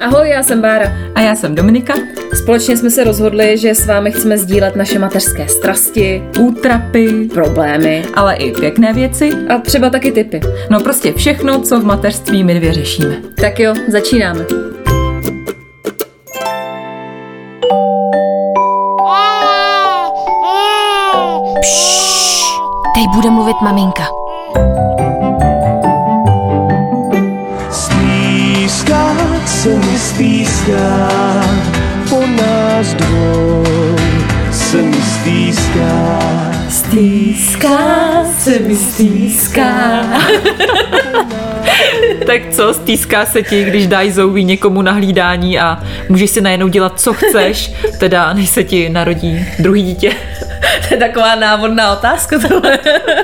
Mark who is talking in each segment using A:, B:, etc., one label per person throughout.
A: Ahoj, já jsem Bára.
B: A já jsem Dominika.
A: Společně jsme se rozhodli, že s vámi chceme sdílet naše mateřské strasti,
B: útrapy,
A: problémy,
B: ale i pěkné věci.
A: A třeba taky tipy.
B: No prostě všechno, co v mateřství my dvě řešíme.
A: Tak jo, začínáme.
C: Teď bude mluvit maminka.
D: Stýskat se mi stýská, po nás dvou se mi stýská.
B: Stýská se mi stýská. Tak co, stýská se ti, když dáš Zoe někomu na hlídání a můžeš si najednou dělat, co chceš, teda než se ti narodí druhý dítě?
A: To je taková návodná otázka tohle.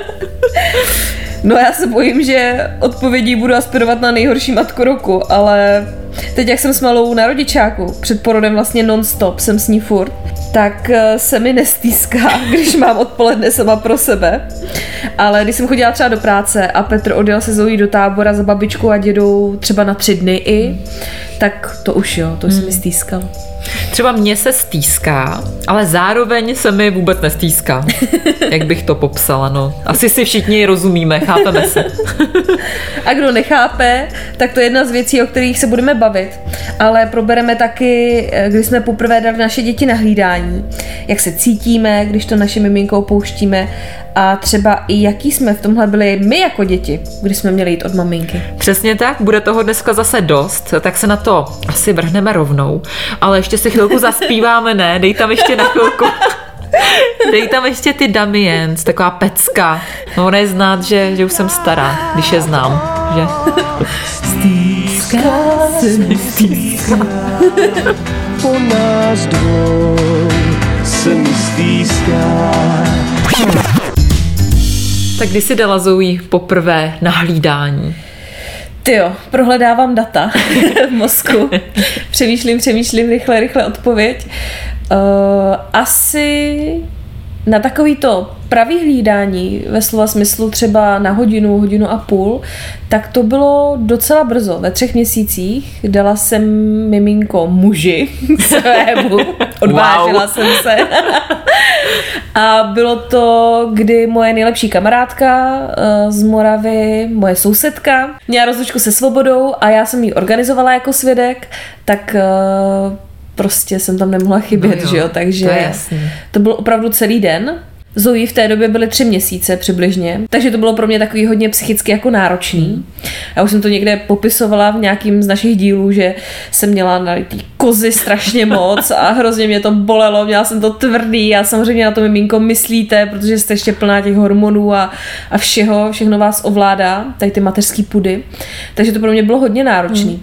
A: No já se bojím, že odpovědí budu aspirovat na nejhorší matku roku, ale teď jak jsem s malou na rodičáku, před porodem vlastně non-stop, jsem s ní furt, tak se mi nestýská, když mám odpoledne sama pro sebe. Ale když jsem chodila třeba do práce a Petr odjel se Zoe do tábora za babičkou a dědou třeba na 3 dny tak to už jo, to už se mi stýskalo.
B: Třeba mně se stýská, ale zároveň se mi vůbec nestýská. Jak bych to popsala, no. Asi si všichni rozumíme, chápeme se.
A: A kdo nechápe, tak to je jedna z věcí, o kterých se budeme bavit. Ale probereme taky, když jsme poprvé dali naše děti na hlídání, jak se cítíme, když to naše miminkou pouštíme a třeba i jaký jsme v tomhle byli my jako děti, když jsme měli jít od maminky.
B: Přesně tak, bude toho dneska zase dost, tak se na to asi vrhneme rovnou, ale ještě si chvilku zaspíváme, ne? Dej tam ještě na chvilku. Dej tam ještě ty Damiens, taková pecka. No ona je znát, že už jsem stará, když je znám, že?
D: Stýská se mi stýská, po nás dvou se mi stýská.
B: Tak kdy jsi dala Zoe poprvé na hlídání?
A: Tyjo, prohledávám data v mozku. Přemýšlím, rychle odpověď. Asi na takovýto pravý hlídání, ve slova smyslu třeba na hodinu a půl, tak to bylo docela brzo. Ve 3 měsících dala jsem miminko muži svému, odvážila jsem se. A bylo to, kdy moje nejlepší kamarádka z Moravy, moje sousedka, měla rozlučku se Svobodou a já jsem ji organizovala jako svědek, tak prostě jsem tam nemohla chybět,
B: no
A: že jo, takže to byl opravdu celý den. Zoe v té době byly 3 měsíce přibližně, takže to bylo pro mě takový hodně psychicky jako náročný. Já už jsem to někde popisovala v nějakým z našich dílů, že jsem měla na ty kozy strašně moc a hrozně mě to bolelo, měla jsem to tvrdý a samozřejmě na to miminko myslíte, protože jste ještě plná těch hormonů a všechno vás ovládá, tady ty mateřský pudy. Takže to pro mě bylo hodně náročný.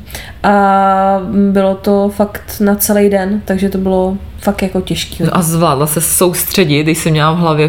A: A bylo to fakt na celý den, takže to bylo fakt jako těžký.
B: No a zvládla se soustředit, když jsi měla v hlavě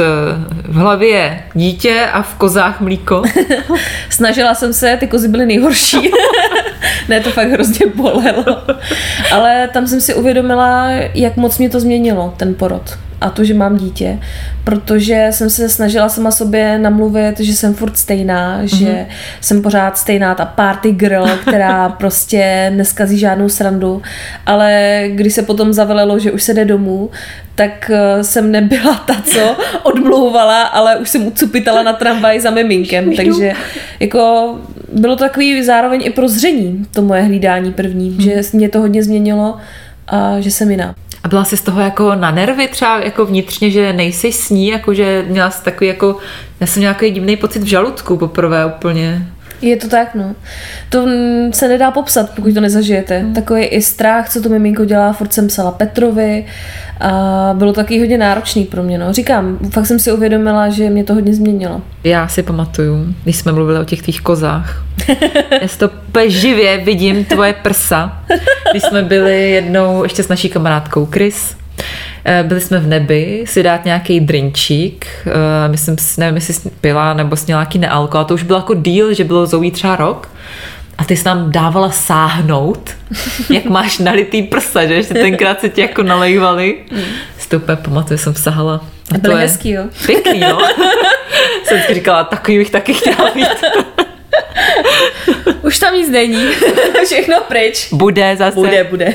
B: v hlavě dítě a v kozách mlíko?
A: Snažila jsem se, ty kozy byly nejhorší. Ne, to fakt hrozně bolelo. Ale tam jsem si uvědomila, jak moc mě to změnilo, ten porod. A to, že mám dítě, protože jsem se snažila sama sobě namluvit, že jsem furt stejná, že jsem pořád stejná ta party girl, která prostě neskazí žádnou srandu, ale když se potom zavelelo, že už se jde domů, tak jsem nebyla ta, co odmlouvala, ale už jsem ucupitala na tramvaj za miminkem, takže jako bylo to takový zároveň i prozření, to moje hlídání první, že mě to hodně změnilo a že jsem jiná.
B: A byla jsi z toho jako na nervy třeba jako vnitřně, že nejsi s ní, jako že měla jsi takový jako, já jsem měla nějaký divný pocit v žaludku poprvé úplně.
A: Je to tak, no. To se nedá popsat, pokud to nezažijete. Takový i strach, co to miminko dělá, furt jsem psala Petrovi a bylo to taky hodně náročný pro mě, no. Říkám, fakt jsem si uvědomila, že mě to hodně změnilo.
B: Já si pamatuju, když jsme mluvili o těch tvých kozách. Já si to živě vidím, tvoje prsa. Když jsme byli jednou ještě s naší kamarádkou Chris, byli jsme v Nebi si dát nějaký drinčík, myslím, nevím, jestli pila nebo sněla nějaký nealko, a to už bylo jako deal, že bylo Zoe třeba rok. A ty jsi nám dávala sáhnout, jak máš nalitý prsa, že? Ještě tenkrát se ti jako nalejvali. Si to úplně pamatuju, jsem sahala.
A: A byly hezký, jo?
B: Pěkný, no. Jsem si říkala, takový bych taky chtěla mít.
A: Už tam nic není. Všechno pryč.
B: Bude zase.
A: Bude.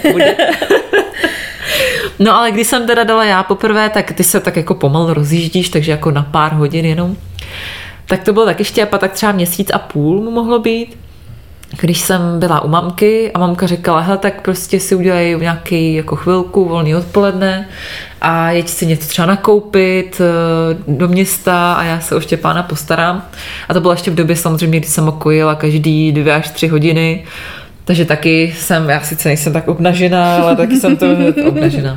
B: No ale když jsem teda dala já poprvé, tak ty se tak jako pomalu rozjíždíš, takže jako na pár hodin jenom. Tak to bylo taky štěpa, tak třeba 1,5 měsíce mu mohlo být. Když jsem byla u mamky a mamka říkala, hele, tak prostě si udělej nějaký jako chvilku, volný odpoledne a jeď si něco třeba nakoupit do města a já se o Štěpána postarám. A to bylo ještě v době samozřejmě, kdy jsem ho kojila každý 2 až 3 hodiny. Takže taky já sice nejsem tak obnažená, ale taky jsem to obnažená.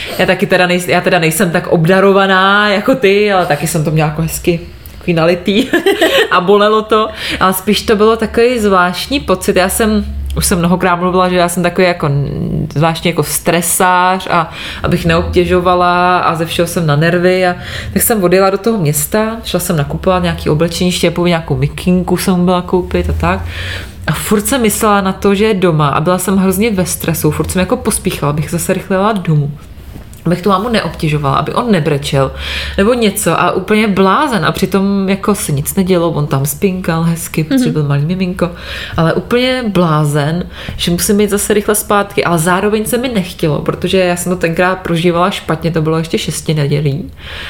B: Já teda nejsem tak obdarovaná jako ty, ale taky jsem to měla jako hezky nalitý a bolelo to, ale spíš to bylo takový zvláštní pocit. Už jsem mnohokrát mluvila, že já jsem takový jako zvláštní jako stresář a abych neobtěžovala a ze všeho jsem na nervy a tak jsem odjela do toho města, šla jsem nakupovat nějaký oblečení, Štěpovi nějakou mikinku jsem byla koupit a tak. A furt jsem myslela na to, že je doma a byla jsem hrozně ve stresu, furt jsem jako pospíchala, abych zase rychle jela domů. Abych tu mámu neobtěžovala, aby on nebrečel, nebo něco a úplně blázen a přitom jako se nic nedělo, on tam spinkal hezky, protože byl malý miminko, ale úplně blázen, že musím jít zase rychle zpátky, ale zároveň se mi nechtělo, protože já jsem to tenkrát prožívala špatně, to bylo ještě 6 nedělí.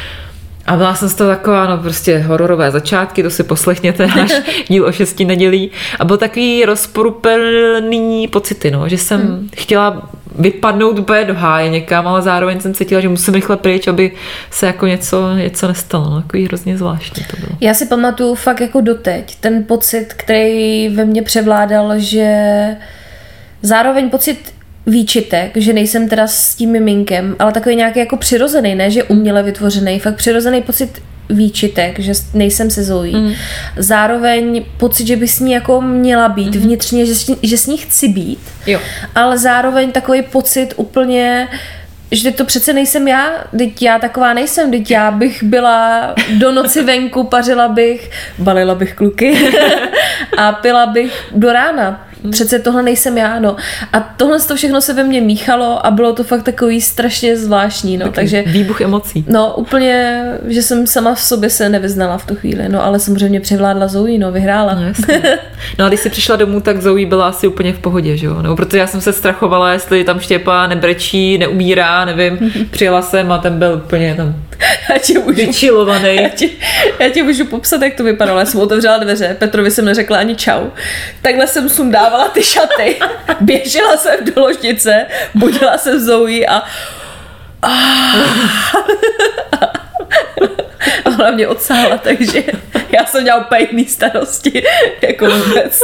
B: A byla jsem z toho taková, no prostě hororové začátky, to si poslechněte, náš díl o 6 nedělí. A byl takový rozporuplný pocity, no, že jsem chtěla vypadnout úplně do háje někam, ale zároveň jsem cítila, že musím rychle pryč, aby se jako něco nestalo. No, takový hrozně zvláštní to bylo.
A: Já si pamatuju fakt jako doteď ten pocit, který ve mně převládal, že zároveň pocit výčitek, že nejsem teda s tím miminkem, ale takový nějaký jako přirozený, ne, že uměle vytvořený, fakt přirozený pocit výčitek, že nejsem se Zoí. Zároveň pocit, že by s ní jako měla být vnitřně, že s ní chci být,
B: jo.
A: Ale zároveň takový pocit úplně, že to přece nejsem já, teď já taková nejsem, teď já bych byla do noci venku, pařila bych, balila bych kluky a pila bych do rána. Přece tohle nejsem já, no. A tohle to všechno se ve mně míchalo a bylo to fakt takový strašně zvláštní, no. Takže
B: výbuch emocí.
A: No, úplně, že jsem sama v sobě se nevyznala v tu chvíli, no, ale samozřejmě převládla Zoe, no, vyhrála.
B: No, no a když jsi přišla domů, tak Zoe byla asi úplně v pohodě, že jo? No, protože já jsem se strachovala, jestli tam Štěpa nebrečí, neumírá, nevím. Přijela jsem a ten byl úplně tam vyčilovaný.
A: Já ti můžu popsat, jak to vypadalo. Já jsem otevřela dveře, Petrovi jsem neřekla ani čau. Takhle jsem sundávala ty šaty, běžela jsem do ložnice, budila jsem Zoe a hlavně odsáhla, takže já jsem měla úplně jiný starosti, jako vůbec.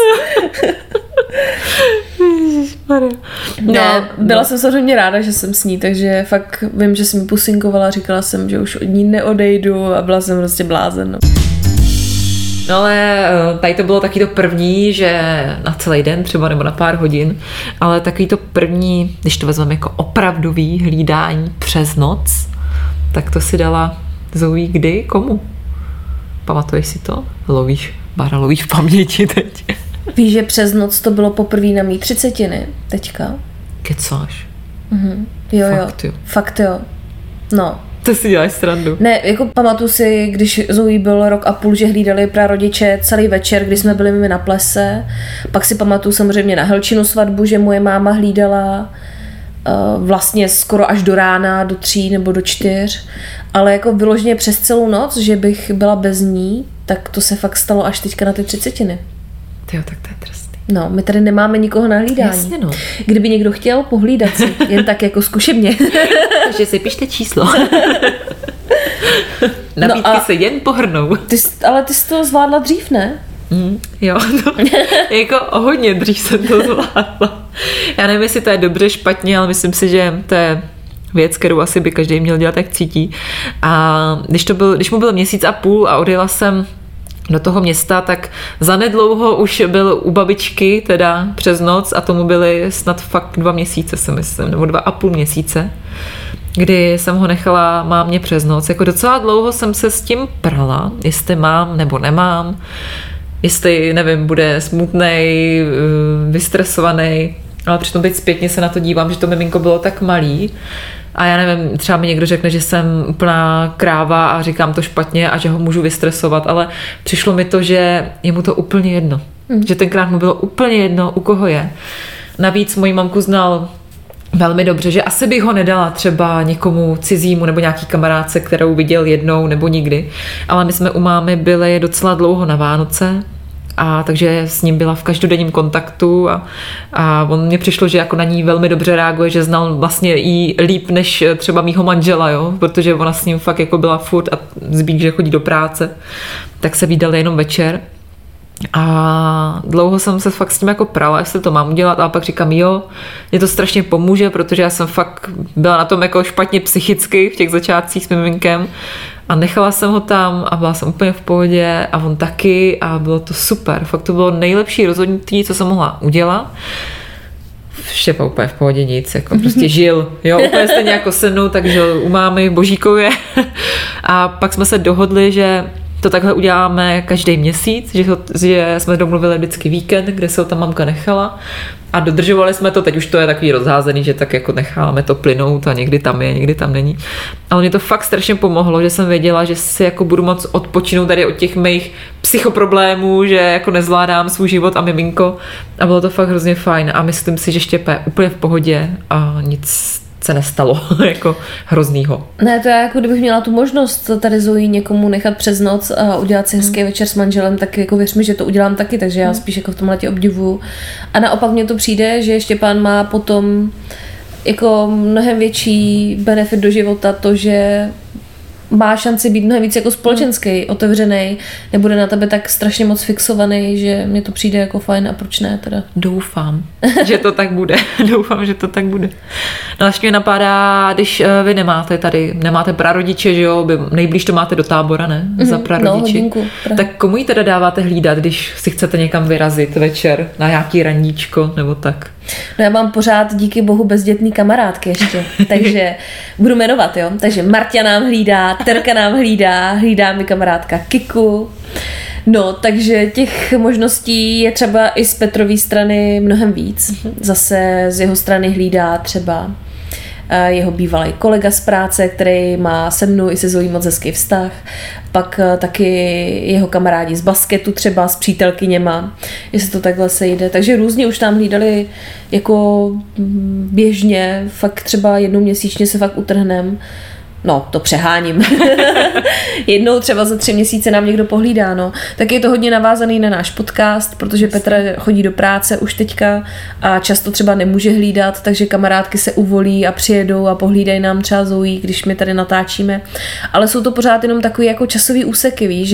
A: No, byla jsem samozřejmě ráda, že jsem s ní, takže fakt vím, že jsem mi pusinkovala, říkala jsem, že už od ní neodejdu a byla jsem prostě blázen. No.
B: No ale tady to bylo taky to první, že na celý den třeba nebo na pár hodin, ale takový to první, když to vezmeme jako opravdový hlídání přes noc, tak to si dala Zoe kdy? Komu? Pamatuješ si to? Lovíš v paměti teď.
A: Víš, že přes noc to bylo poprvé na mý 30, teďka.
B: Kecáš?
A: Jo,
B: Fakt, jo.
A: Fakt jo. No.
B: To si děláš srandu.
A: Ne, jako pamatuju si, když Zoe byl 1,5 roku, že hlídali prarodiče celý večer, kdy jsme byli my na plese. Pak si pamatuju samozřejmě na Helčinu svatbu, že moje máma hlídala vlastně skoro až do rána, do 3 nebo do 4. Ale jako vyloženě přes celou noc, že bych byla bez ní, tak to se fakt stalo až teďka na ty 30.
B: Jo, tak to je trestný.
A: No, my tady nemáme nikoho na hlídání.
B: Jasně, no.
A: Kdyby někdo chtěl pohlídat si, jen tak jako zkušebně.
B: Takže si pište číslo. Nabídky se jen pohrnou.
A: Ale ty jsi to zvládla dřív, ne?
B: Jo, no, jako hodně dřív jsem to zvládla. Já nevím, jestli to je dobře, špatně, ale myslím si, že to je věc, kterou asi by každý měl dělat, jak cítí. A když mu byl 1,5 měsíce a odjela jsem do toho města, tak zanedlouho už byl u babičky, teda přes noc, a tomu byly snad fakt 2 měsíce, si myslím, nebo 2,5 měsíce, kdy jsem ho nechala mámě přes noc. Jako docela dlouho jsem se s tím prala, jestli mám nebo nemám, jestli, nevím, bude smutnej, vystresovaný, ale přitom teď zpětně se na to dívám, že to miminko bylo tak malý. A já nevím, třeba mi někdo řekne, že jsem úplná kráva a říkám to špatně a že ho můžu vystresovat, ale přišlo mi to, že je mu to úplně jedno. Že tenkrát mu bylo úplně jedno, u koho je. Navíc moji mamku znal velmi dobře, že asi bych ho nedala třeba někomu cizímu nebo nějaký kamarádce, kterou viděl jednou nebo nikdy. Ale my jsme u mámy byli docela dlouho na Vánoce, a takže s ním byla v každodenním kontaktu a on mně přišlo, že jako na ní velmi dobře reaguje, že znal vlastně jí líp než třeba mýho manžela, jo? Protože ona s ním fakt jako byla furt a Zbík, že chodí do práce, tak se vídali jenom večer. A dlouho jsem se fakt s tím jako prala, jestli to mám udělat, ale pak říkám, jo, mě to strašně pomůže, protože já jsem fakt byla na tom jako špatně psychicky v těch začátcích s miminkem a nechala jsem ho tam a byla jsem úplně v pohodě a on taky a bylo to super. Fakt to bylo nejlepší rozhodnutí, co jsem mohla udělat. Štěpa úplně v pohodě nic, jako prostě žil, jo, úplně stejně jako se mnou, tak žil u mámy v Božíkově a pak jsme se dohodli, že to takhle uděláme každý měsíc, že jsme domluvili vždycky víkend, kde se ho ta mamka nechala a dodržovali jsme to, teď už to je takový rozházený, že tak jako necháme to plynout a někdy tam je, někdy tam není. Ale mě to fakt strašně pomohlo, že jsem věděla, že si jako budu moc odpočinout tady od těch mých psychoproblémů, že jako nezvládám svůj život a miminko a bylo to fakt hrozně fajn a myslím si, že Štěpa je úplně v pohodě a nic se nestalo jako hroznýho.
A: Ne, to já jako kdybych měla tu možnost tady Zoe někomu nechat přes noc a udělat si hezký večer s manželem, tak jako věř mi, že to udělám taky, takže já spíš jako v tomhle tě obdivuju. A naopak mně to přijde, že Štěpán má potom jako mnohem větší benefit do života to, že má šanci být mnohem víc jako společenský, otevřenej, nebude na tebe tak strašně moc fixovaný, že mně to přijde jako fajn a proč ne teda.
B: Doufám, že to tak bude. Doufám, že to tak bude. No až mě napadá, když vy nemáte prarodiče, že jo, nejblíž to máte do Tábora, ne? Za prarodiči.
A: No, hodinku.
B: Tak komu ji teda dáváte hlídat, když si chcete někam vyrazit večer na nějaký randíčko nebo tak?
A: No já mám pořád díky bohu bezdětný kamarádky ještě, takže budu jmenovat, jo. Takže Marťa nám hlídá, Terka nám hlídá mi kamarádka Kiku. No, takže těch možností je třeba i z Petrový strany mnohem víc. Zase z jeho strany hlídá třeba jeho bývalý kolega z práce, který má se mnou i se Zoe moc hezký vztah. Pak taky jeho kamarádi z basketu třeba s přítelkyněma, jestli to takhle sejde. Takže různě už tam hlídali jako běžně, fakt třeba jednou měsíčně se fakt utrhnem. No, to přeháním. Jednou třeba za 3 měsíce nám někdo pohlídá, no. Tak je to hodně navázaný na náš podcast, protože Petra chodí do práce už teďka a často třeba nemůže hlídat, takže kamarádky se uvolí a přijedou a pohlídají nám třeba Zoe, když my tady natáčíme. Ale jsou to pořád jenom takový jako časový úseky, víš,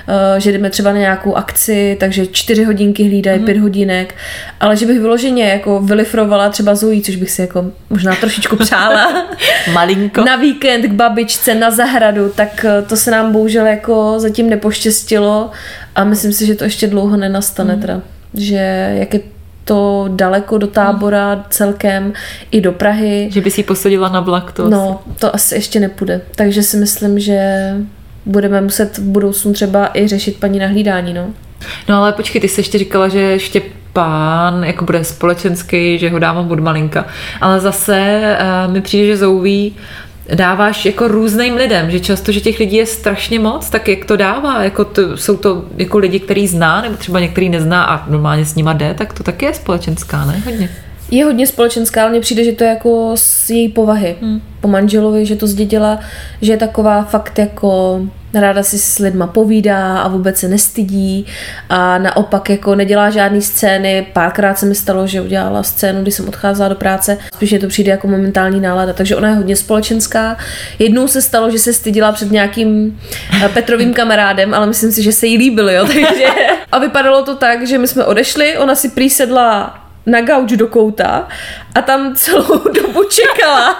A: že jdeme třeba na nějakou akci, takže 4 hodinky hlídají, 5 hodinek, ale že bych vyloženě jako vylifrovala třeba Zoe, což bych si jako možná trošičku přála.
B: Malinko. Na
A: víkend k babičce na zahradu, tak to se nám bohužel jako zatím nepoštěstilo a myslím si, že to ještě dlouho nenastane teda. Že jak je to daleko do Tábora celkem i do Prahy.
B: Že by si ji posadila na vlak to
A: No, to asi ještě nepůjde. Takže si myslím, že budeme muset v budoucnu třeba i řešit paní na hlídání, no.
B: No ale počkej, ty jsi ještě říkala, že Štěpán jako bude společenský, že ho dávám od malinka. Ale zase mi přijde, že Zoe dáváš jako různým lidem, že často, že těch lidí je strašně moc, tak jak to dává? Jako jsou to jako lidi, který zná, nebo třeba některý nezná a normálně s nima jde, tak to taky je společenská, ne? Hodně.
A: Je hodně společenská, ale mně přijde, že to je jako z její povahy. Po manželovi, že to zdědila, že je taková fakt jako ráda si s lidma povídá a vůbec se nestydí a naopak jako nedělá žádný scény. Párkrát se mi stalo, že udělala scénu, když jsem odcházela do práce. Spíš mě to přijde jako momentální nálada, takže ona je hodně společenská. Jednou se stalo, že se stydila před nějakým Petrovým kamarádem, ale myslím si, že se jí líbil, jo, takže a vypadalo to tak, že my jsme odešli, ona si prý sedla na gauč do kouta a tam celou dobu čekala.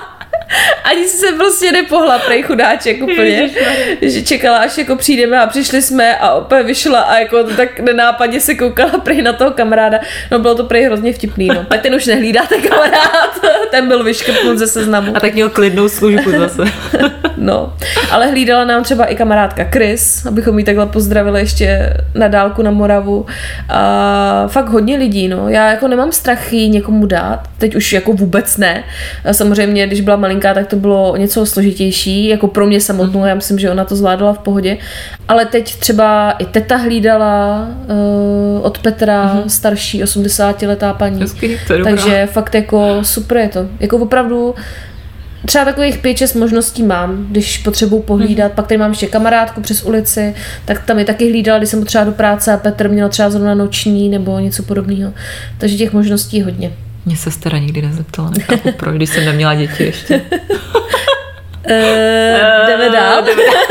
A: Ani si se prostě nepohla, prej chudáček úplně, že čekala, až jako přijdeme a přišli jsme a opět vyšla a jako tak nenápadně se koukala prej na toho kamaráda. No bylo to prej hrozně vtipný, no. Tak ten už nehlídáte kamarád, ten byl vyškrtnut ze seznamu.
B: A tak měl klidnou službu zase.
A: No, ale hlídala nám třeba i kamarádka Chris, abychom jí takhle pozdravili ještě na dálku na Moravu. A fakt hodně lidí, no. Já jako nemám strach jí někomu dát, teď už jako vůbec ne. A samozřejmě, když byla malinká, malinká, tak to bylo něco složitější, jako pro mě samotnou, já myslím, že ona to zvládala v pohodě. Ale teď třeba i teta hlídala od Petra, starší 80letá paní.
B: Hezky, to je
A: takže fakt jako super je to. Jako opravdu třeba takových 5-6 možností mám, když potřebuji pohlídat. Pak tady mám ještě kamarádku přes ulici, tak tam je taky hlídala, když jsem potřeba do práce a Petr měl třeba zrovna noční nebo něco podobného. Takže těch možností je hodně.
B: Mě sestra nikdy nezeptala, nechápu proč, když jsem neměla děti ještě.
A: Jdeme dál.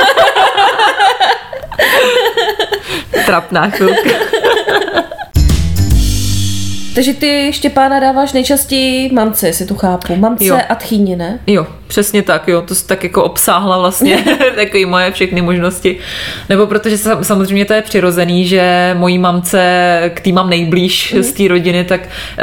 B: Trapná chvilka.
A: Takže ty, Štěpána, dáváš nejčastěji mamce, jestli tu chápu. Mamce
B: jo.
A: A tchýni, ne?
B: Jo, přesně tak, jo. To jsi tak jako obsáhla vlastně takový moje všechny možnosti. Nebo protože samozřejmě to je přirozený, že mojí mamce, k tý mám nejblíž z té rodiny, tak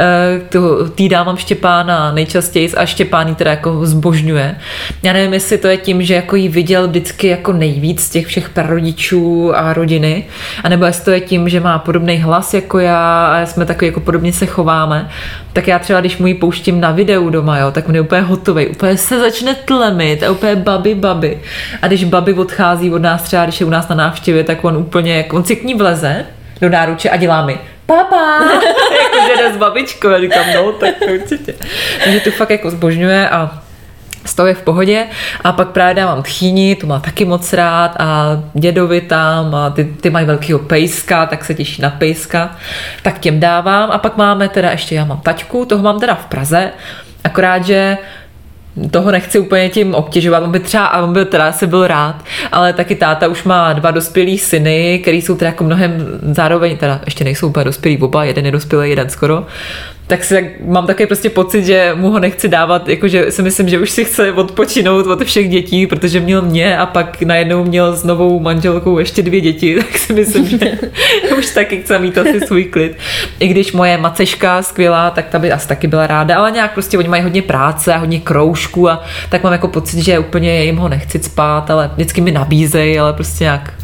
B: tý dávám Štěpána nejčastěji a Štěpán jí teda jako zbožňuje. Já nevím, jestli to je tím, že jako jí viděl vždycky jako nejvíc z těch všech prarodičů a rodiny, anebo jestli to je tím, že má podobný hlas jako já a jsme takový jako podobně se chováme, tak já třeba, když mu ji pouštím na videu doma, jo, tak on je úplně hotovej, úplně se začne tlemit a úplně babi. A když babi odchází od nás třeba, když je u nás na návštěvě, tak on úplně, on si k ní vleze do náruče a dělá mi papa, jakože jde s babičkou, já říkám, no, tak určitě. Takže tu fakt jako zbožňuje a z toho je v pohodě a pak právě dávám tchýni, tu má taky moc rád a dědovi tam a ty mají velkýho pejska, tak se těší na pejska, tak těm dávám a pak máme teda ještě, já mám taťku, toho mám teda v Praze, akorát, že toho nechci úplně tím obtěžovat, on by teda asi byl rád, ale taky táta už má 2 dospělý syny, který jsou teda jako mnohem zároveň, teda ještě nejsou úplně dospělí oba, jeden je dospělý, jeden skoro, tak mám takový prostě pocit, že mu ho nechci dávat, jakože si myslím, že už si chce odpočinout od všech dětí, protože měl mě a pak najednou měl s novou manželkou ještě 2 děti, tak si myslím, že už taky chce mít asi svůj klid. I když moje maceška skvělá, tak ta by asi taky byla ráda, ale nějak prostě oni mají hodně práce a hodně kroužků a tak mám jako pocit, že úplně jim ho nechci spát, ale vždycky mi nabízejí, ale prostě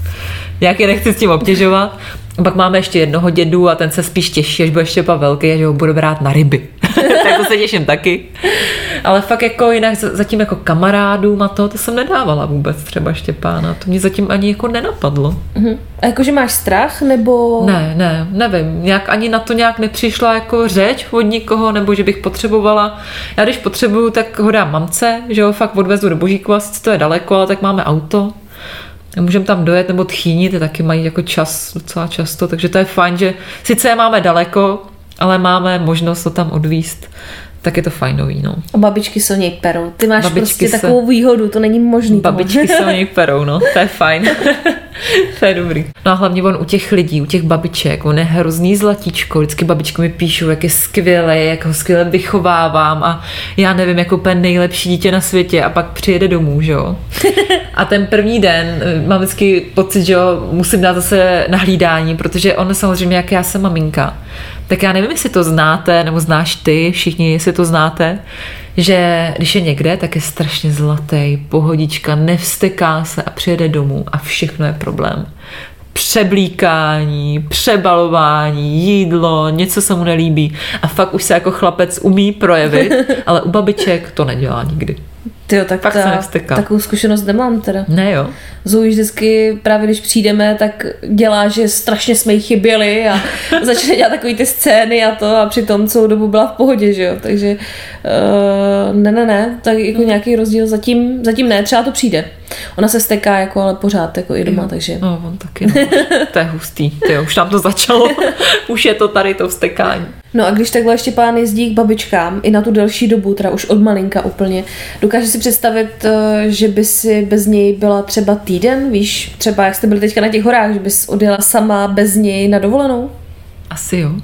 B: nějak je nechci s tím obtěžovat. A pak máme ještě jednoho dědu a ten se spíš těší, až bude Štěpa velký a že ho budu brát na ryby. Tak to se těším taky. Ale fakt jako jinak zatím jako kamarádům a to jsem nedávala vůbec třeba Štěpána. To mě zatím ani jako nenapadlo.
A: A jakože máš strach nebo...
B: Ne, nevím. Ani na to nějak nepřišla jako řeč od nikoho, nebo že bych potřebovala. Já když potřebuju, tak ho dám mamce, že ho fakt odvezu do Božíkova, sice to je daleko, ale tak máme auto. Můžeme tam dojet nebo tchýni, ty taky mají jako čas docela často, takže to je fajn, že sice je máme daleko, ale máme možnost to tam odvízt, tak je to fajnový, no.
A: A babičky se o něj perou. Ty máš prostě takovou výhodu, to není možný.
B: Babičky se o něj perou, no, to je fajn. To je dobrý. No a hlavně on u těch lidí, u těch babiček, on je hrozný zlatíčko, vždycky babičky mi píšou, jak je skvělý, jak ho skvěle vychovávám a já nevím, jako úplně nejlepší dítě na světě a pak přijede domů, že jo. A ten první den mám vždycky pocit, že jo, musím dát zase na hlídání, protože on samozřejmě, jak já jsem maminka, tak já nevím, jestli to znáte, nebo znáš ty, všichni, jestli to znáte, že když je někde, tak je strašně zlatý, pohodička, nevsteká se a přijede domů a všechno je problém. Přeblíkání, přebalování, jídlo, něco se mu nelíbí a fakt už se jako chlapec umí projevit, ale u babiček to nedělá nikdy.
A: Tyjo, tak takovou zkušenost nemám teda.
B: Ne jo.
A: Zoe vždycky právě když přijdeme, tak dělá, že strašně jsme jí chyběli a začne dělat takový ty scény a to a přitom celou dobu byla v pohodě, že jo. Takže ne, tak jako nějaký rozdíl zatím ne, třeba to přijde. Ona se steká jako, ale pořád jako i doma, takže.
B: No, on taky, no. To je hustý, tyjo, už tam to začalo, už je to tady to vstekání.
A: No a když takhle Štěpán jezdí k babičkám i na tu delší dobu, teda už od malinka úplně, dokáže si představit, že by si bez něj byla třeba týden, víš, třeba jak jste byli teďka na těch horách, že bys odjela sama bez něj na dovolenou?
B: Asi jo.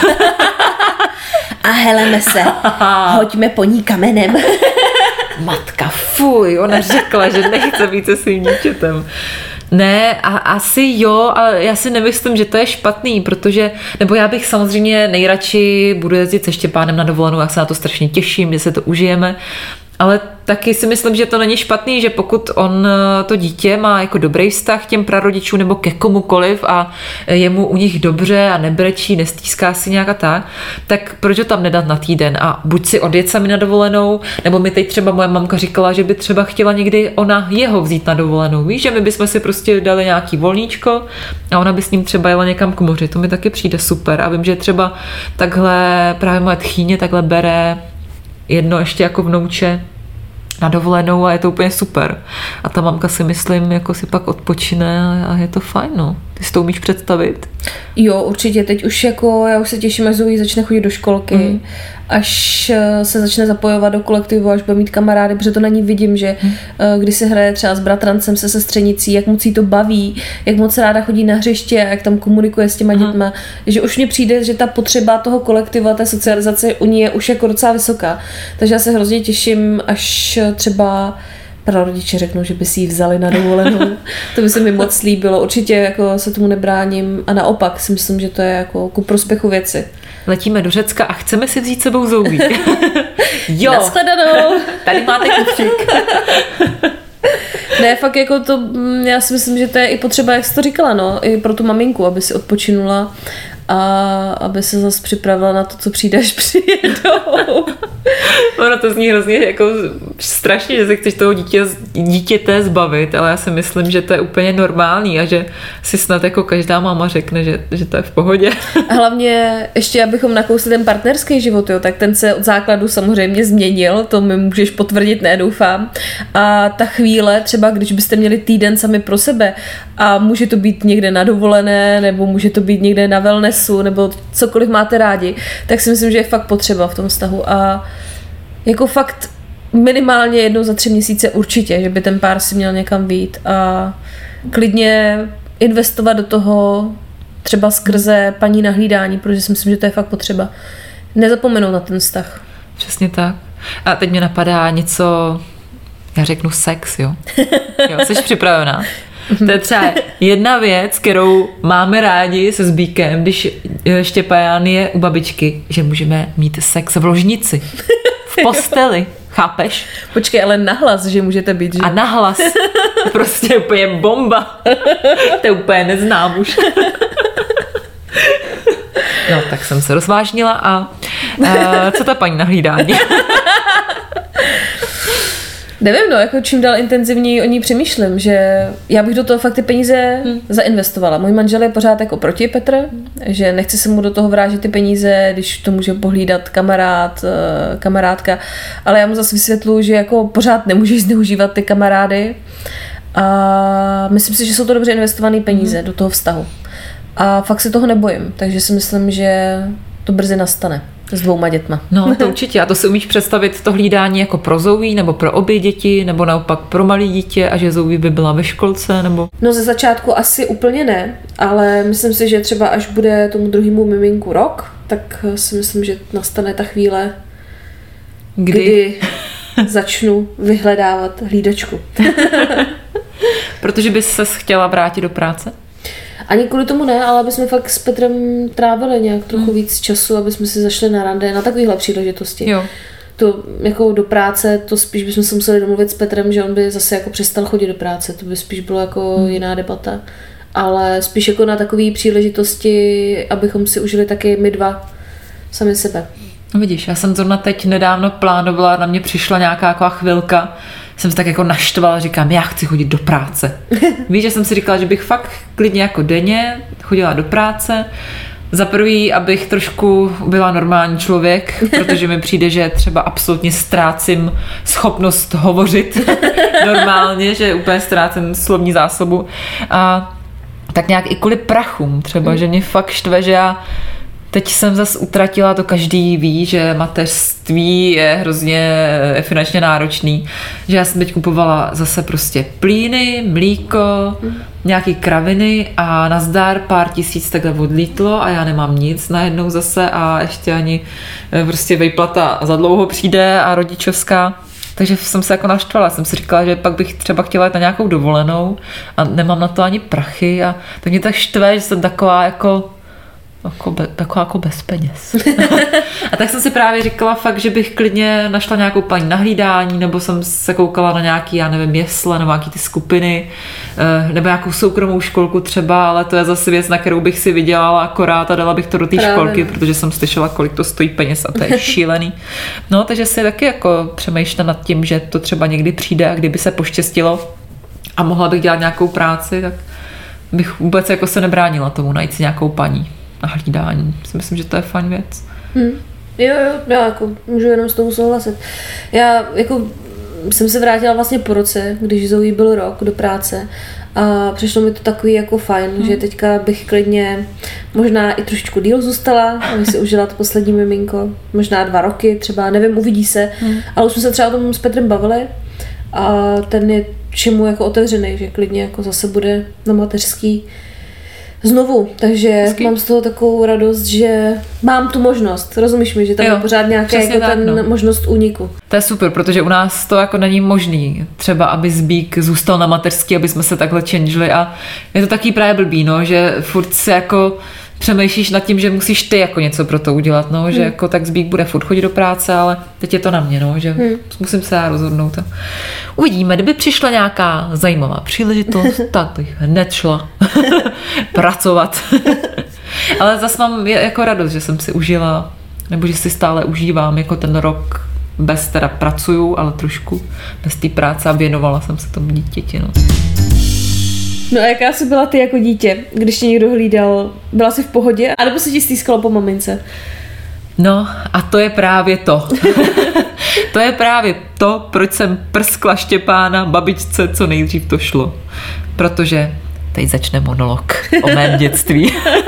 A: A heleme se, hoďme po ní kamenem.
B: Matka, fuj, ona řekla, že nechce být se svým dítětem. Ne, a asi jo, ale já si nemyslím, že to je špatný, protože, nebo já bych samozřejmě nejradši budu jezdit se Štěpánem na dovolenou, já se na to strašně těším, že se to užijeme, Ale taky si myslím, že to není špatný, že pokud on, to dítě, má jako dobrý vztah k těm prarodičům nebo ke komukoliv a je mu u nich dobře a nebrečí, nestýská si nějak a tak proč ho tam nedat na týden a buď si odjet sami na dovolenou, nebo mi teď třeba moje mamka říkala, že by třeba chtěla někdy ona jeho vzít na dovolenou. Víš, že my bychom si prostě dali nějaký volníčko a ona by s ním třeba jela někam k moři. To mi taky přijde super a vím, že třeba takhle právě moje tchýně takhle bere jedno ještě jako vnouče na dovolenou a je to úplně super. A ta mamka si myslím, jako si pak odpočine a je to fajn, no. Ty si to umíš představit?
A: Jo, určitě. Teď už jako, já už se těším, až Zoe začne chodit do školky, až se začne zapojovat do kolektivu, až bude mít kamarády, protože to na ní vidím, že když se hraje třeba s bratrancem, se sestřenicí, jak moc jí to baví, jak moc ráda chodí na hřiště a jak tam komunikuje s těma dětma, že už mně přijde, že ta potřeba toho kolektivu a té socializace u ní je už jako docela vysoká. Takže já se hrozně těším, až třeba prarodiče řeknou, že by si ji vzali na dovolenou. To by se mi moc líbilo. Určitě jako se tomu nebráním a naopak si myslím, že to je jako ku prospěchu věci.
B: Letíme do Řecka a chceme si vzít sebou Zoe. Jo.
A: Nashledanou.
B: Tady máte kufřík.
A: Ne, fakt jako to, já si myslím, že to je i potřeba, jak jsi to říkala, no, i pro tu maminku, aby si odpočinula a aby se zase připravila na to, co přijde, až přijedou.
B: Ono to zní hrozně jako strašně, že se chceš toho dítěte zbavit, ale já si myslím, že to je úplně normální a že si snad jako každá máma řekne, že to je v pohodě.
A: A hlavně ještě, abychom nakousli ten partnerský život, jo, tak ten se od základu samozřejmě změnil, to mi můžeš potvrdit, ne, doufám. A ta chvíle, třeba když byste měli týden sami pro sebe a může to být někde na dovolené, nebo může to být někde na wellnessu, nebo cokoliv máte rádi, tak si myslím, že je fakt potřeba v tom vztahu a jako fakt minimálně jednou za 3 měsíce určitě, že by ten pár si měl někam vyjít a klidně investovat do toho třeba skrze paní na hlídání, protože si myslím, že to je fakt potřeba. Nezapomenout na ten vztah.
B: Přesně tak. A teď mě napadá něco, já řeknu sex, jo? Jo, jsi připravená? To je třeba jedna věc, kterou máme rádi se Zbíkem, když Štěpán je u babičky, že můžeme mít sex v ložnici, v posteli, chápeš?
A: Počkej, ale nahlas, že můžete být, že?
B: A nahlas, prostě úplně bomba, to úplně neznám už. No, tak jsem se rozvážnila a co ta paní na hlídání?
A: Nevím, no, jako čím dál intenzivněji o ní přemýšlím, že já bych do toho fakt ty peníze zainvestovala. Můj manžel je pořád jako proti, Petr, že nechce se mu do toho vrážet ty peníze, když to může pohlídat kamarád, kamarádka, ale já mu zase vysvětluji, že jako pořád nemůžeš zneužívat ty kamarády a myslím si, že jsou to dobře investované peníze do toho vztahu. A fakt se toho nebojím, takže si myslím, že to brzy nastane. S 2 dětma.
B: No, to určitě. A to si umíš představit to hlídání jako pro Zoe, nebo pro obě děti, nebo naopak pro malé dítě a že Zoe by byla ve školce, nebo...
A: No ze začátku asi úplně ne, ale myslím si, že třeba až bude tomu druhému miminku rok, tak si myslím, že nastane ta chvíle, kdy začnu vyhledávat hlídačku.
B: Protože bys se chtěla vrátit do práce?
A: Ani kvůli tomu ne, ale aby jsme fakt s Petrem trávili nějak trochu víc času, aby jsme si zašli na rande, na takovéhle příležitosti.
B: Jo.
A: To jako do práce, to spíš bychom se museli domluvit s Petrem, že on by zase jako přestal chodit do práce, to by spíš bylo jako jiná debata. Ale spíš jako na takové příležitosti, abychom si užili taky my 2 sami sebe.
B: No vidíš, já jsem zrovna teď nedávno plánovala, na mě přišla nějaká taková chvilka, jsem se tak jako naštvala, říkám, já chci chodit do práce. Víš, že jsem si říkala, že bych fakt klidně jako denně chodila do práce. Za prvý, abych trošku byla normální člověk, protože mi přijde, že třeba absolutně ztrácím schopnost hovořit normálně, že úplně ztrácím slovní zásobu. A tak nějak i kvůli prachům třeba, že mě fakt štve, že já teď jsem zase utratila, to každý ví, že mateřství je hrozně finančně náročný, že já jsem teď kupovala zase prostě plíny, mlíko, nějaký kraviny a nazdar pár tisíc takhle odlítlo a já nemám nic najednou zase a ještě ani prostě výplata za dlouho přijde a rodičovská. Takže jsem se jako naštvala, jsem si říkala, že pak bych třeba chtěla jít na nějakou dovolenou a nemám na to ani prachy a to mě tak štve, že jsem taková jako Taková jako bez peněz. A tak jsem si právě říkala fakt, že bych klidně našla nějakou paní na hlídání, nebo jsem se koukala na nějaký, já nevím, jesle, nebo nějaký ty skupiny, nebo nějakou soukromou školku třeba, ale to je zase věc, na kterou bych si vydělala akorát a dala bych to do té školky, protože jsem slyšela, kolik to stojí peněz a to je šílený. No, takže si taky jako přemýšlím nad tím, že to třeba někdy přijde a kdyby se poštěstilo a mohla bych dělat nějakou práci, tak bych vůbec jako se nebránila tomu najít si nějakou paní na hlídání. Myslím, že to je fajn věc.
A: Jo, já jako můžu jenom s tomu souhlasit. Já jako jsem se vrátila vlastně po roce, když Zoe byl rok do práce a přišlo mi to takový jako fajn, že teďka bych klidně možná i trošičku díl zůstala, abych si užila to poslední miminko, možná 2 roky třeba, nevím, uvidí se, ale už jsme se třeba o tom s Petrem bavili a ten je všemu jako otevřený, že klidně jako zase bude na mateřský znovu, takže mám z toho takovou radost, že mám tu možnost, rozumíš mi, že tam je pořád nějaká jako možnost úniku.
B: To je super, protože u nás to jako není možný, třeba aby Zbík zůstal na mateřský, aby jsme se takhle čenžili a je to taky právě blbý, no, že furt se jako přemýšlíš nad tím, že musíš ty jako něco pro to udělat, no, že jako tak Zbík bude furt chodit do práce, ale teď je to na mě, no, že musím se já rozhodnout. Uvidíme, kdyby přišla nějaká zajímavá příležitost, tak bych hned šla pracovat. Ale zase mám jako radost, že jsem si užila, nebo že si stále užívám jako ten rok, bez teda pracuju, ale trošku bez té práce a věnovala jsem se tomu dítěti, no.
A: No a jaká jsi byla ty jako dítě, když tě někdo hlídal? Byla jsi v pohodě? A nebo se ti stýskalo po mamince?
B: No a to je právě to. To je právě to, proč jsem prskla Štěpána babičce, co nejdřív to šlo. Protože teď začne monolog o mém dětství.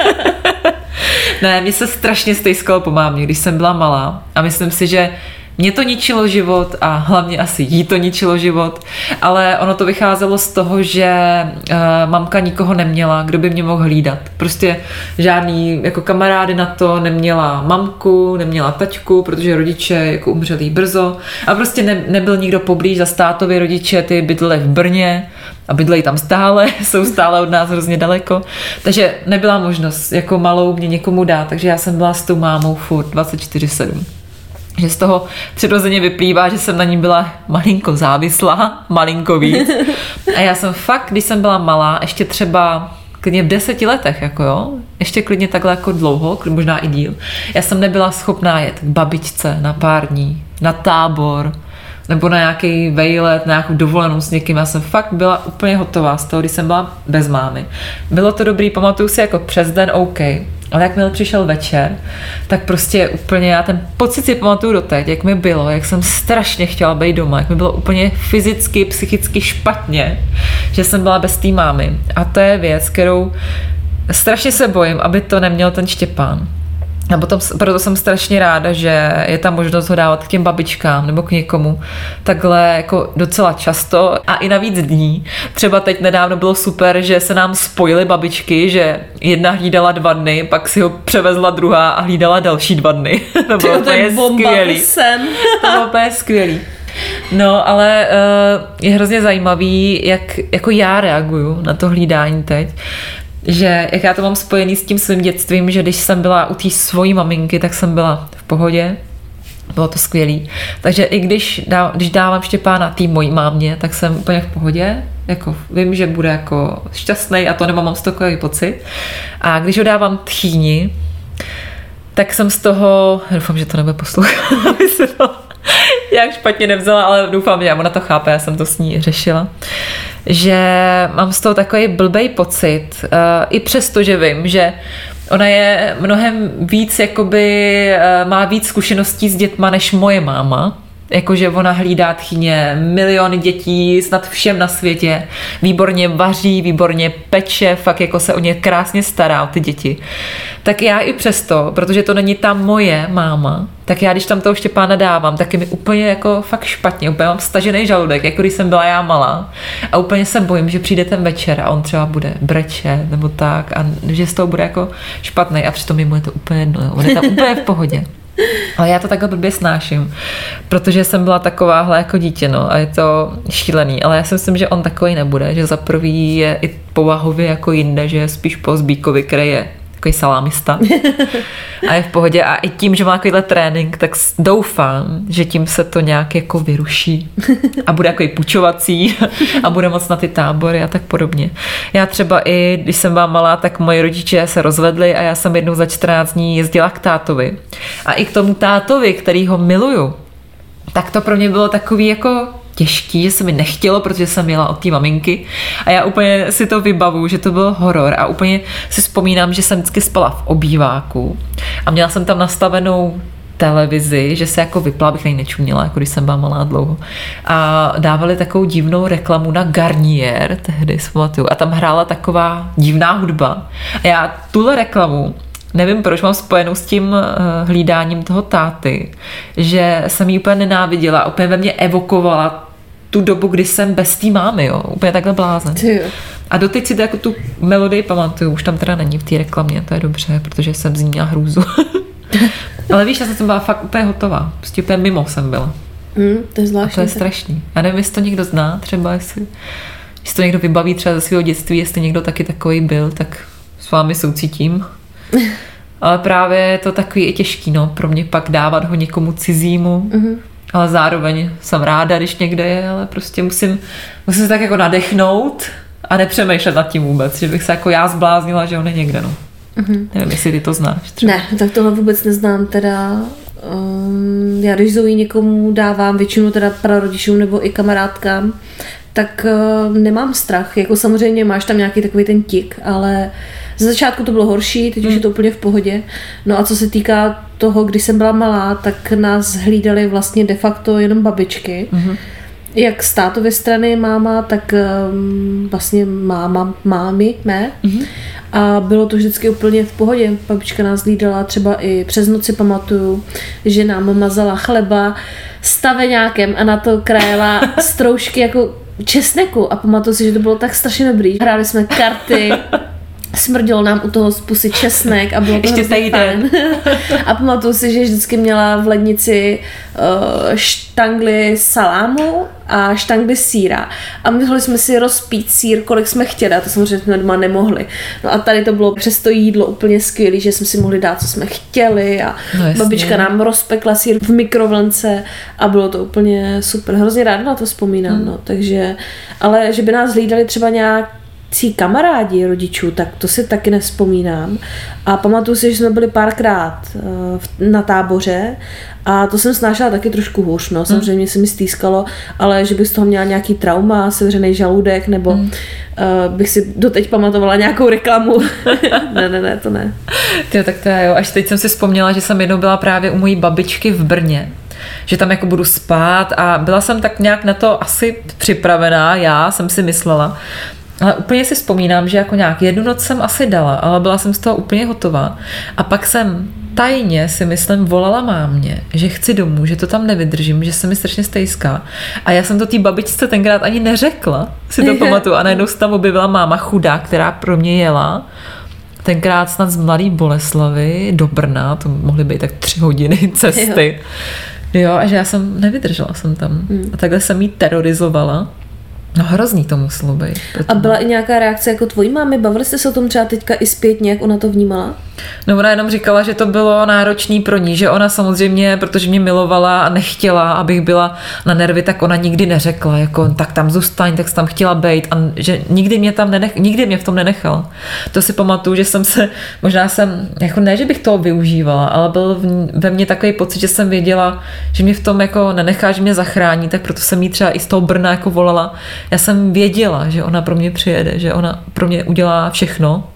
B: Ne, mně se strašně stýskalo po mámě, když jsem byla malá a myslím si, že mě to ničilo život a hlavně asi jí to ničilo život, ale ono to vycházelo z toho, že mamka nikoho neměla, kdo by mě mohl hlídat. Prostě žádný jako kamarády na to, neměla mamku, neměla taťku, protože rodiče jako umřeli brzo a prostě nebyl nikdo poblíž, za tátovi rodiče, ty bydleli v Brně a bydlejí tam stále, jsou stále od nás hrozně daleko, takže nebyla možnost jako malou mě někomu dát, takže já jsem byla s tou mámou furt 24/7. Že z toho přirozeně vyplývá, že jsem na ní byla malinko závislá, malinko víc. A já jsem fakt, když jsem byla malá, ještě třeba klidně v 10 letech, jako jo, ještě klidně takhle jako dlouho, možná i díl, já jsem nebyla schopná jet k babičce na pár dní, na tábor, nebo na nějaký vejlet, na nějakou dovolenou s někým. Já jsem fakt byla úplně hotová z toho, když jsem byla bez mámy. Bylo to dobrý, pamatuju si jako přes den OK, ale jakmile přišel večer, tak prostě úplně já ten pocit si pamatuju doteď, jak mi bylo, jak jsem strašně chtěla být doma, jak mi bylo úplně fyzicky, psychicky špatně, že jsem byla bez té mámy. A to je věc, kterou strašně se bojím, aby to neměl ten Štěpán. A potom, proto jsem strašně ráda, že je tam možnost ho dávat k těm babičkám nebo k někomu takhle jako docela často a i na víc dní. Třeba teď nedávno bylo super, že se nám spojily babičky, že jedna hlídala 2 dny, pak si ho převezla druhá a hlídala další 2 dny. To bylo úplně skvělý. To bylo úplně skvělý. No, ale je hrozně zajímavý, jak jako já reaguju na to hlídání teď. Že jak já to mám spojený s tím svým dětstvím, že když jsem byla u té svojí maminky, tak jsem byla v pohodě, bylo to skvělý. Takže i když dávám Štěpána té mojí mámě, tak jsem úplně v pohodě, jako vím, že bude jako šťastný a to nemám z toho takový pocit. A když ho dávám tchýni, tak jsem z toho, doufám, že to nebude poslouchat, aby se to jak špatně nevzala, ale doufám, že ona to chápe, já jsem to s ní řešila, že mám z toho takový blbej pocit, i přesto, že vím, že ona je mnohem víc, jakoby má víc zkušeností s dětma než moje máma, jakože ona hlídá tchýně miliony dětí, snad všem na světě, výborně vaří, výborně peče, fakt jako se o ně krásně stará, o ty děti. Tak já i přesto, protože to není ta moje máma, tak já když tam toho Štěpána dávám, tak je mi úplně jako fakt špatně, úplně mám stažený žaludek, jako když jsem byla já malá a úplně se bojím, že přijde ten večer a on třeba bude breče nebo tak a že z toho bude jako špatný a přitom mu je to úplně jedno, on je tam úplně v pohodě. Ale já to takhle blbě snáším, protože jsem byla takováhle jako dítě, no, a je to šílený, ale já si myslím, že on takový nebude, že za prvý je i povahově jako jinde, že je spíš po Zbíkovi, který je takový salámista. A je v pohodě. A i tím, že má takovýhle trénink, tak doufám, že tím se to nějak jako vyruší. A bude jako půjčovací a bude moc na ty tábory a tak podobně. Já třeba i, když jsem byla malá, tak moji rodiče se rozvedli a já jsem jednou za 14 dní jezdila k tátovi. A i k tomu tátovi, který ho miluju, tak to pro mě bylo takový jako těžký, že se mi nechtělo, protože jsem jela od té maminky a já úplně si to vybavu, že to byl horor a úplně si vzpomínám, že jsem vždycky spala v obýváku a měla jsem tam nastavenou televizi, že se jako vypla, abych na ní nečuměla, jako když jsem byla malá dlouho. A dávali takovou divnou reklamu na Garnier, tehdy si pamatuju, a tam hrála taková divná hudba. A já tuhle reklamu nevím, proč mám spojenou s tím hlídáním toho táty, že jsem ji úplně nenáviděla, úplně ve mně evokovala tu dobu, kdy jsem bez té mámy, jo, úplně takhle blázen. A doteď si to jako tu melodii pamatuju, už tam teda není v té reklamě, to je dobře, protože jsem z ní měla hrůzu. Ale víš, já jsem byla fakt úplně hotová, prostě úplně mimo jsem byla.
A: To je zvláštní.
B: A to je strašný. Já nevím, jestli to někdo zná, třeba jestli to někdo vybaví třeba ze svého dětství, jestli někdo taky takový byl, tak s vámi soucítím. Ale právě je to takový i těžký, no, pro mě pak dávat ho někomu cizímu, ale zároveň jsem ráda, když někde je, ale prostě musím se tak jako nadechnout a nepřemýšlet nad tím vůbec, že bych se jako já zbláznila, že on je někde, no. Nevím, jestli ty to znáš třeba.
A: Ne, tak tohle vůbec neznám teda. Já když Zoe někomu dávám, většinou teda prarodičům nebo i kamarádkám, tak nemám strach. Jako samozřejmě máš tam nějaký takový ten tik, ale ze začátku to bylo horší, teď už je to úplně v pohodě. No a co se týká toho, když jsem byla malá, tak nás hlídali vlastně de facto jenom babičky. Jak z tátovy strany máma, tak vlastně mámy mé. A bylo to vždycky úplně v pohodě. Babička nás hlídala třeba i přes noci, pamatuju, že nám mazala chleba staveňákem a na to krajela stroužky jako česneku a pamatuju si, že to bylo tak strašně dobrý. Hráli jsme karty, smrdělo nám u toho z pusy česnek a bylo to hrozně fajn. A pamatuju si, že vždycky měla v lednici štangly salámu a štangly sýra. A mohli jsme si rozpít sýr, kolik jsme chtěli, a to samozřejmě jsme doma nemohli. No a tady to bylo přes to jídlo úplně skvělé, že jsme si mohli dát, co jsme chtěli a babička nám rozpekla sýr v mikrovlnce a bylo to úplně super. Hrozně ráda na to vzpomínám, no. Takže, ale že by nás hlídali třeba nějaký kamarádi rodičů, tak to si taky nevzpomínám. A pamatuju si, že jsme byli párkrát na táboře a to jsem snášela taky trošku hůř, no. Samozřejmě se mi stýskalo, ale že bych z toho měla nějaký trauma, sevřený žaludek, nebo bych si doteď pamatovala nějakou reklamu. ne, to ne.
B: Tyjo, tak to jo, až teď jsem si vzpomněla, že jsem jednou byla právě u mojí babičky v Brně, že tam jako budu spát a byla jsem tak nějak na to asi připravená, já jsem si myslela. Ale úplně si vzpomínám, že jako nějak jednu noc jsem asi dala, ale byla jsem z toho úplně hotová. A pak jsem tajně si myslím volala mámě, že chci domů, že to tam nevydržím, že se mi strašně stejská. A já jsem to té babičce tenkrát ani neřekla, si to pamatuju. A najednou se tam objevila máma chudá, která pro mě jela. Tenkrát snad z Mladé Boleslavi do Brna, to mohly být tak 3 hodiny cesty. Jo, a že já jsem nevydržela jsem tam. A takhle jsem jí terorizovala. No hrozný to muselo být.
A: A byla i nějaká reakce jako tvojí mámy? Bavili jste se o tom třeba teďka i zpětně, jak ona to vnímala?
B: No ona jenom říkala, že to bylo náročný pro ní, že ona samozřejmě, protože mě milovala a nechtěla, abych byla na nervy, tak ona nikdy neřekla, jako tak tam zůstaň, tak tam chtěla bejt a že nikdy mě v tom nenechal. To si pamatuju, že jsem se, možná jsem, jako ne, že bych toho využívala, ale byl ve mně takový pocit, že jsem věděla, že mě v tom jako nenechá, že mě zachrání, tak proto jsem jí třeba i z toho Brna jako volala. Já jsem věděla, že ona pro mě přijede, že ona pro mě udělá všechno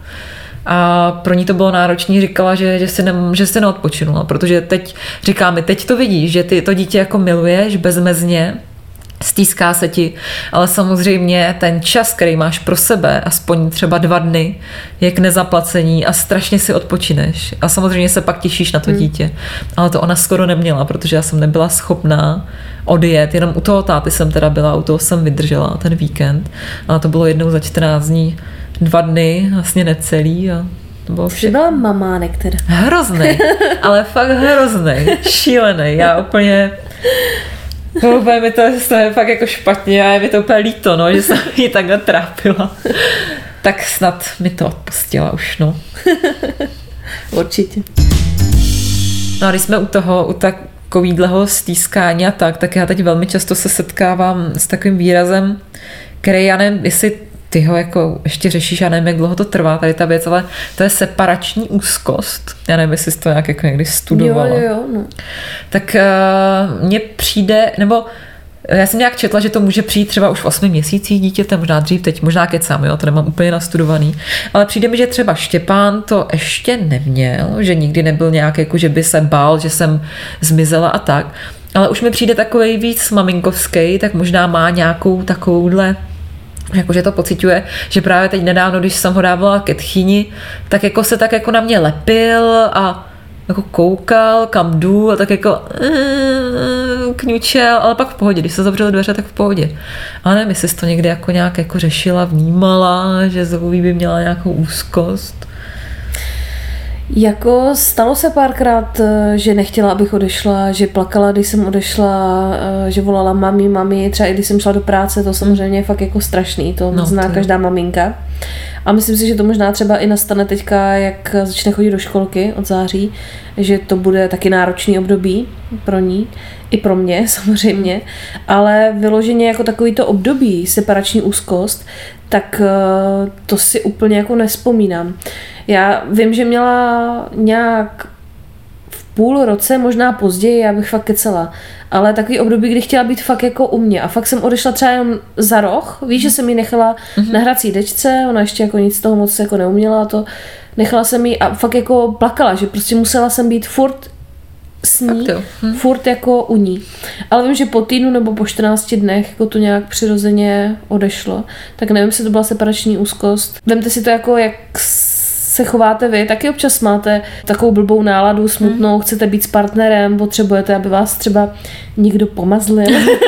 B: a pro ní to bylo náročné, říkala, že si neodpočinula, protože teď říká mi, teď to vidíš, že ty to dítě jako miluješ bezmezně, stýská se ti, ale samozřejmě ten čas, který máš pro sebe, aspoň třeba 2 dny, je k nezaplacení a strašně si odpočineš. A samozřejmě se pak těšíš na to dítě. Ale to ona skoro neměla, protože já jsem nebyla schopná odjet. Jenom u toho táty jsem teda byla, u toho jsem vydržela ten víkend. Ale to bylo jednou za 14 dní, 2 dny, vlastně necelý a to bylo
A: všechno. Byla mamánek teda.
B: Hroznej, ale fakt hroznej, šílenej. Já úplně mi to je fakt jako špatně a je mi to úplně líto, no, že jsem ji takhle trápila. Tak snad mi to odpustila už, no.
A: Určitě.
B: No a když jsme u takovýhleho stýskání a tak já teď velmi často se setkávám s takovým výrazem, který já nevím, jestli ty ho jako ještě řešíš, já nevím, jak dlouho to trvá, tady ta věc, ale to je separační úzkost. Já nevím, jestli jsi to nějak jako někdy studovala.
A: Jo, no.
B: Tak mně přijde, nebo já jsem nějak četla, že to může přijít třeba už v 8 měsících dítěte, možná dřív, teď možná kecám, jo, to nemám úplně nastudovaný, ale přijde mi, že třeba Štěpán to ještě neměl, že nikdy nebyl nějak jako, že by se bál, že jsem zmizela a tak, ale už mi přijde takovej víc maminkovský, tak možná má nějakou takovouhle, jakože to pociťuje, že právě teď nedávno, když jsem ho dávala ke tchýni, tak jako se tak jako na mě lepil a jako koukal, kam jdu a tak jako kňučel, ale pak v pohodě, když se zavřely dveře, tak v pohodě. Ale nevím, jestli jsi to někdy jako nějak jako řešila, vnímala, že Zoe by měla nějakou úzkost.
A: Jako stalo se párkrát, že nechtěla, abych odešla, že plakala, když jsem odešla, že volala mami, třeba i když jsem šla do práce, to samozřejmě je fakt jako strašný, to zná každá maminka. A myslím si, že to možná třeba i nastane teďka, jak začne chodit do školky od září, že to bude taky náročný období pro ní, i pro mě samozřejmě, ale vyloženě jako takovýto období, separační úzkost, tak to si úplně jako nespomínám. Já vím, že měla nějak v půl roce, možná později, já bych fakt kecela, ale takový období, kdy chtěla být fakt jako u mě a fakt jsem odešla třeba jenom za roh, víš, že jsem ji nechala na hrací dečce, ona ještě jako nic z toho moc jako neuměla, to nechala jsem ji a fakt jako plakala, že prostě musela jsem být furt s ní, furt jako u ní. Ale vím, že po týdnu nebo po 14 dnech jako to nějak přirozeně odešlo, tak nevím, jestli to byla separační úzkost. Vemte si to jako, jak se chováte vy, taky občas máte takovou blbou náladu, smutnou, chcete být s partnerem, potřebujete, aby vás třeba někdo pomazlil.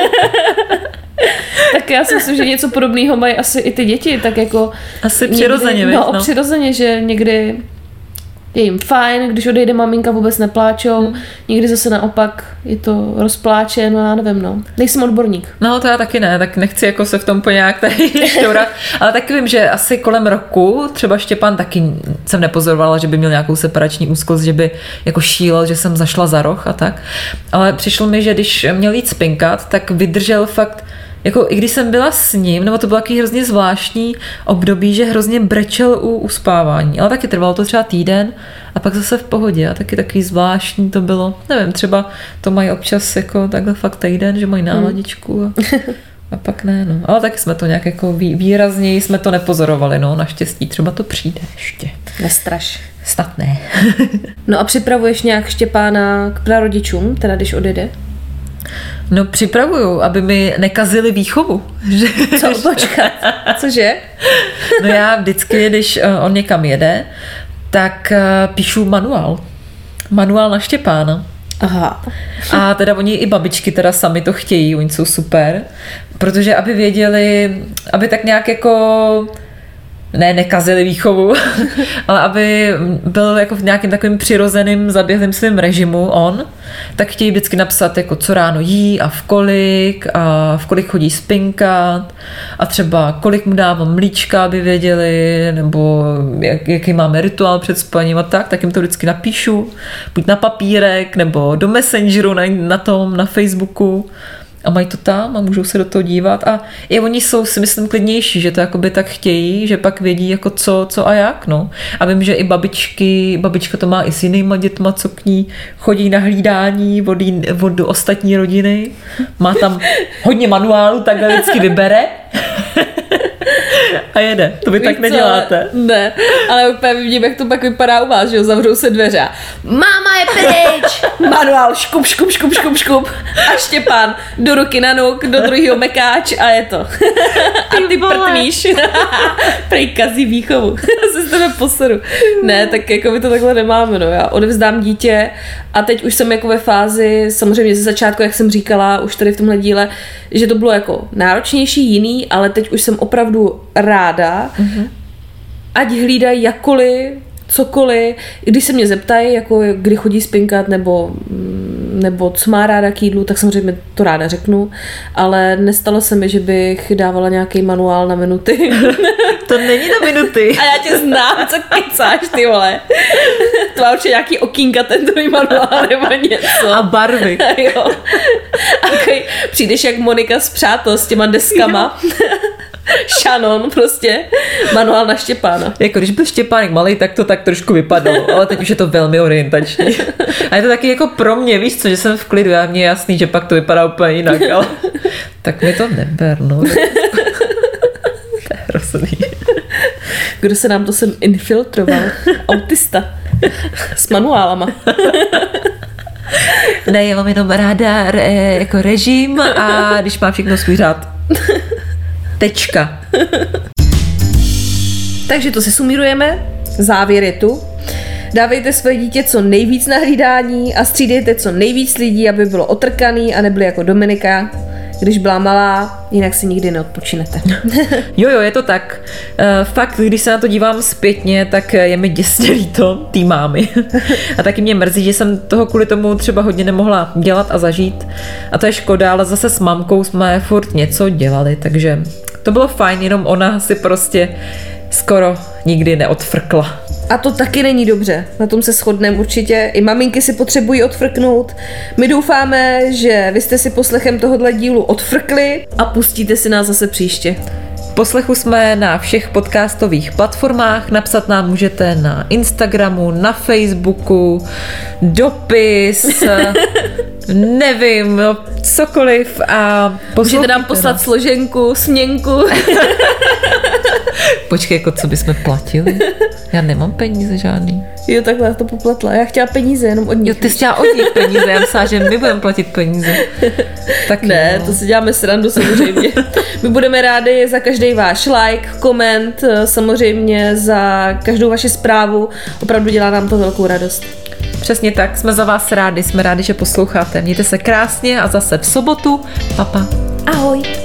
A: Tak já si myslím, že něco podobného mají asi i ty děti, tak jako
B: asi přirozeně,
A: někdy, přirozeně, že někdy je jim fajn, když odejde maminka, vůbec nepláčou, někdy zase naopak je to rozpláče, no já nevím, no. Nejsem odborník.
B: No to já taky ne, tak nechci jako se v tom po nějak tady štourat, ale taky vím, že asi kolem roku, třeba Štěpán taky jsem nepozorovala, že by měl nějakou separační úzkost, že by jako šílel, že jsem zašla za roh a tak, ale přišlo mi, že když měl jít spinkat, tak vydržel fakt. Jako i když jsem byla s ním, nebo to bylo takový hrozně zvláštní období, že hrozně brečel u uspávání, ale taky trvalo to třeba týden a pak zase v pohodě a taky takový zvláštní to bylo. Nevím, třeba to mají občas jako takhle fakt týden, že mají náladičku a pak ne, no. Ale taky jsme to nějak jako výrazněji jsme to nepozorovali, no, naštěstí třeba to přijde ještě.
A: Nestraš.
B: Snad ne.
A: No a připravuješ nějak Štěpána k prarodičům, teda když odjede?
B: No připravuju, aby mi nekazili výchovu.
A: Co? Počkat. Cože?
B: No já vždycky, když on někam jede, tak píšu manuál. Manuál na Štěpána.
A: Aha.
B: A teda oni i babičky teda sami to chtějí, oni jsou super, protože aby věděli, aby tak nějak jako nekazili výchovu, ale aby byl jako v nějakým takovým přirozeným zaběhlým svým režimu on, tak chtějí vždycky napsat, jako co ráno jí a v kolik chodí spinkat a třeba kolik mu dávám mlíčka, aby věděli, nebo jaký máme rituál před spaním a tak jim to vždycky napíšu, buď na papírek, nebo do Messengeru na Facebooku. A mají to tam a můžou se do toho dívat a i oni jsou si myslím klidnější, že to jakoby tak chtějí, že pak vědí jako co a jak, no. A vím, že i babička to má i s jinýma dětma, co k ní chodí na hlídání od ostatní rodiny. Má tam hodně manuálů, takhle vždycky vybere. A jede. To vy tak neděláte.
A: Ne, ale úplně vidím, jak to pak vypadá u vás, že jo, zavřou se dveře. Máma je pryč! Manuál, škup. A Štěpán do ruky na nuk, do druhého mekáč a je to. A ty prtvíš. Prej kazí výchovu. Se z tebe poseru. Ne, tak jako my to takhle nemáme, no. Já odevzdám dítě a teď už jsem jako ve fázi, samozřejmě ze začátku, jak jsem říkala, už tady v tomhle díle, že to bylo jako náročnější, jiný, ale teď už jsem opravdu ráda, ať hlídají jakkoliv, cokoliv. Když se mě zeptají, jako kdy chodí spinkat nebo co má ráda k jídlu, tak samozřejmě to ráda řeknu, ale nestalo se mi, že bych dávala nějaký manuál na minuty.
B: To není na minuty.
A: A já tě znám, co kecáš, ty vole. To má určitě nějaký okýnka, ten tvůj manuál nebo něco.
B: A barvy.
A: Jo. A přijdeš jak Monika z Přátel s těma deskama. Shannon, prostě manuál na Štěpána.
B: Jako když byl Štěpánek malý, tak to tak trošku vypadalo, ale teď už je to velmi orientační. A je to taky jako pro mě, víš co, že jsem v klidu, a mně je jasný, že pak to vypadá úplně jinak, ale tak mi to neber, no. To je hrozný.
A: Kdo se nám to sem infiltroval? Autista. S manuálama.
B: Ne, já mám jenom ráda jako režim a když má všechno svůj řád. Tečka.
A: Takže to si sumírujeme. Závěr je tu. Dávejte svoje dítě co nejvíc na hlídání a střídejte co nejvíc lidí, aby bylo otrkaný a nebyli jako Dominika, když byla malá, jinak si nikdy neodpočinete.
B: Jo, je to tak. Fakt, když se na to dívám zpětně, tak je mi děsně líto tý mámy. A taky mě mrzí, že jsem toho kvůli tomu třeba hodně nemohla dělat a zažít. A to je škoda, ale zase s mamkou jsme furt něco dělali, takže to bylo fajn, jenom ona si prostě skoro nikdy neodfrkla.
A: A to taky není dobře, na tom se shodneme určitě. I maminky si potřebují odfrknout. My doufáme, že vy jste si poslechem tohohle dílu odfrkli a pustíte si nás zase příště.
B: Poslechu jsme na všech podcastových platformách, napsat nám můžete na Instagramu, na Facebooku, dopis, nevím, cokoliv a
A: můžete nám poslat složenku, směnku.
B: Počkej, jako co bychom platili? Já nemám peníze žádný.
A: Jo, takhle já to popletla. Já chtěla peníze jenom od nich.
B: Jo, ty jsi chtěla od nich peníze, já myslela, že my budeme platit peníze. Tak
A: ne, to si děláme srandu samozřejmě. My budeme rádi za každý váš like, koment, samozřejmě za každou vaši zprávu. Opravdu dělá nám to velkou radost.
B: Přesně tak, jsme za vás rádi, jsme rádi, že posloucháte. Mějte se krásně a zase v sobotu. Pa.
A: Ahoj.